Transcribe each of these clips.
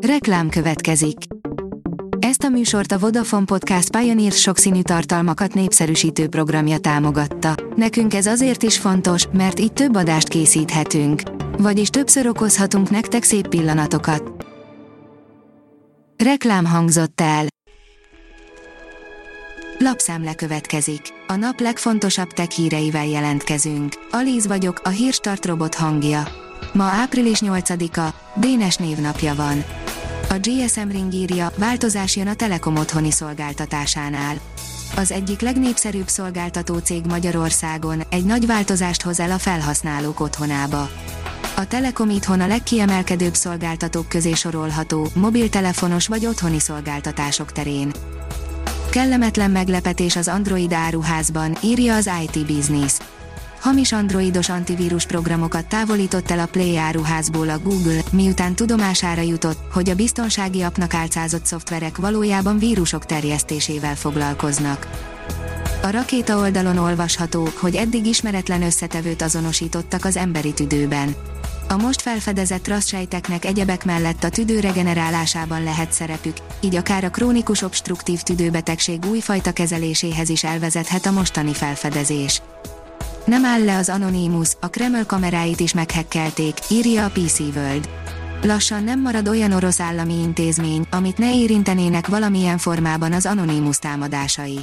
Reklám következik. Ezt a műsort a Vodafone Podcast Pioneer sokszínű tartalmakat népszerűsítő programja támogatta. Nekünk ez azért is fontos, mert így több adást készíthetünk. Vagyis többször okozhatunk nektek szép pillanatokat. Reklám hangzott el. Lapszemle következik. A nap legfontosabb tech híreivel jelentkezünk. Alíz vagyok, a Hírstart robot hangja. Ma április 8-a, Dénes névnapja van. A GSM Ring írja, változás jön a Telekom otthoni szolgáltatásánál. Az egyik legnépszerűbb szolgáltató cég Magyarországon egy nagy változást hoz el a felhasználók otthonába. A Telekom itthon a legkiemelkedőbb szolgáltatók közé sorolható, mobiltelefonos vagy otthoni szolgáltatások terén. Kellemetlen meglepetés az Android áruházban, írja az IT Business. Hamis androidos antivírus programokat távolított el a Play áruházból a Google, miután tudomására jutott, hogy a biztonsági appnak álcázott szoftverek valójában vírusok terjesztésével foglalkoznak. A Rakéta oldalon olvasható, hogy eddig ismeretlen összetevőt azonosítottak az emberi tüdőben. A most felfedezett rasszsejteknek egyebek mellett a tüdő regenerálásában lehet szerepük, így akár a krónikus obstruktív tüdőbetegség újfajta kezeléséhez is elvezethet a mostani felfedezés. Nem áll le az Anonymous, a Kreml kameráit is meghekkelték, írja a PC World. Lassan nem marad olyan orosz állami intézmény, amit ne érintenének valamilyen formában az Anonymous támadásai.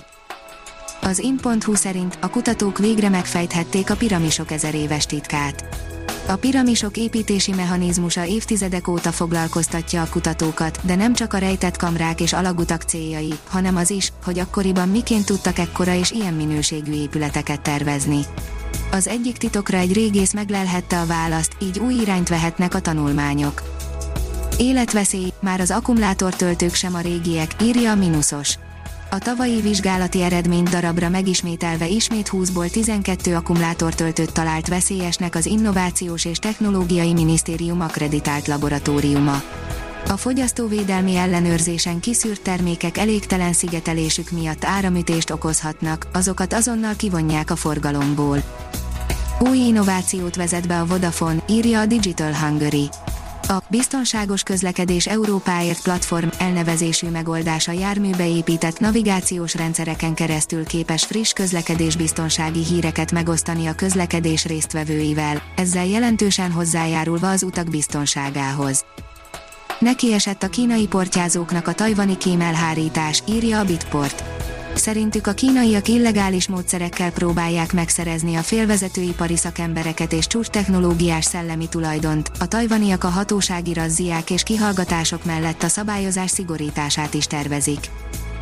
Az in.hu szerint a kutatók végre megfejthették a piramisok ezeréves titkát. A piramisok építési mechanizmusa évtizedek óta foglalkoztatja a kutatókat, de nem csak a rejtett kamrák és alagutak céljai, hanem az is, hogy akkoriban miként tudtak ekkora és ilyen minőségű épületeket tervezni. Az egyik titokra egy régész meglelhette a választ, így új irányt vehetnek a tanulmányok. Életveszély, már az akkumulátortöltők sem a régiek, írja a Minusos. A tavalyi vizsgálati eredményt darabra megismételve ismét 20-ból 12 akkumulátortöltőt talált veszélyesnek az Innovációs és Technológiai Minisztérium akkreditált laboratóriuma. A fogyasztóvédelmi ellenőrzésen kiszűrt termékek elégtelen szigetelésük miatt áramütést okozhatnak, azokat azonnal kivonják a forgalomból. Új innovációt vezet be a Vodafone, írja a Digital Hungary. A biztonságos közlekedés Európáért platform elnevezésű megoldása járműbe épített navigációs rendszereken keresztül képes friss közlekedésbiztonsági híreket megosztani a közlekedés résztvevőivel, ezzel jelentősen hozzájárulva az utak biztonságához. Nekiesett a kínai portyázóknak a tajvani kémelhárítás, írja a Bitport. Szerintük a kínaiak illegális módszerekkel próbálják megszerezni a félvezetőipari szakembereket és csúcstechnológiás szellemi tulajdont, a tajvaniak a hatósági razziák és kihallgatások mellett a szabályozás szigorítását is tervezik.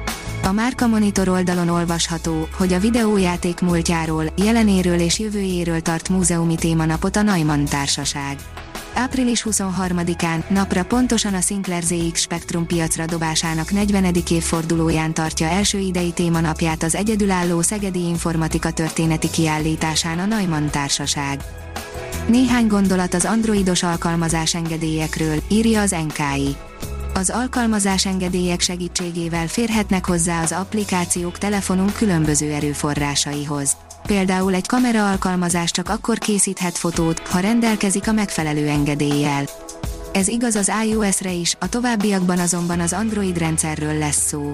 A Márka Monitor oldalon olvasható, hogy a videójáték múltjáról, jelenéről és jövőjéről tart múzeumi témanapot a Neumann Társaság. Április 23-án, napra pontosan a Sinclair ZX Spectrum piacra dobásának 40. évfordulóján tartja első idei témanapját az egyedülálló szegedi informatika történeti kiállításán a Neumann Társaság. Néhány gondolat az androidos alkalmazásengedélyekről, írja az NKI. Az alkalmazásengedélyek segítségével férhetnek hozzá az applikációk telefonunk különböző erőforrásaihoz. Például egy kamera alkalmazás csak akkor készíthet fotót, ha rendelkezik a megfelelő engedéllyel. Ez igaz az iOS-re is, a továbbiakban azonban az Android rendszerről lesz szó.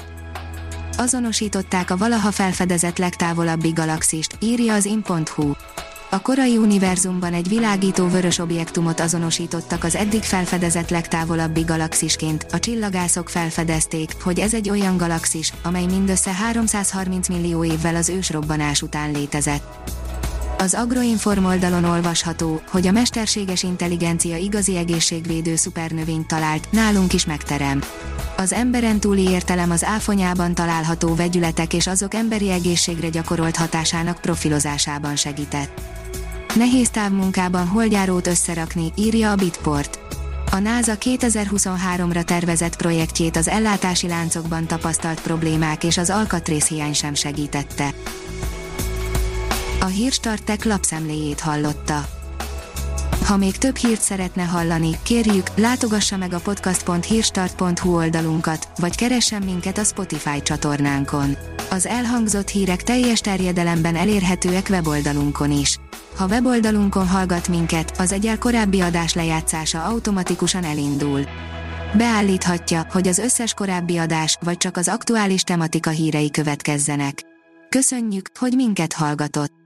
Azonosították a valaha felfedezett legtávolabbi galaxist, írja az in.hu. A korai univerzumban egy világító vörös objektumot azonosítottak az eddig felfedezett legtávolabbi galaxisként. A csillagászok felfedezték, hogy ez egy olyan galaxis, amely mindössze 330 millió évvel az ősrobbanás után létezett. Az Agroinform oldalon olvasható, hogy a mesterséges intelligencia igazi egészségvédő szupernövényt talált, nálunk is megterem. Az emberen túli értelem az áfonyában található vegyületek és azok emberi egészségre gyakorolt hatásának profilozásában segített. Nehéz távmunkában holdjárót összerakni, írja a Bitport. A NASA 2023-ra tervezett projektjét az ellátási láncokban tapasztalt problémák és az alkatrészhiány sem segítette. A Hírstart Tech lapszemléjét hallotta. Ha még több hírt szeretne hallani, kérjük, látogassa meg a podcast.hírstart.hu oldalunkat, vagy keressen minket a Spotify csatornánkon. Az elhangzott hírek teljes terjedelemben elérhetőek weboldalunkon is. Ha weboldalunkon hallgat minket, az egyel korábbi adás lejátszása automatikusan elindul. Beállíthatja, hogy az összes korábbi adás, vagy csak az aktuális tematika hírei következzenek. Köszönjük, hogy minket hallgatott!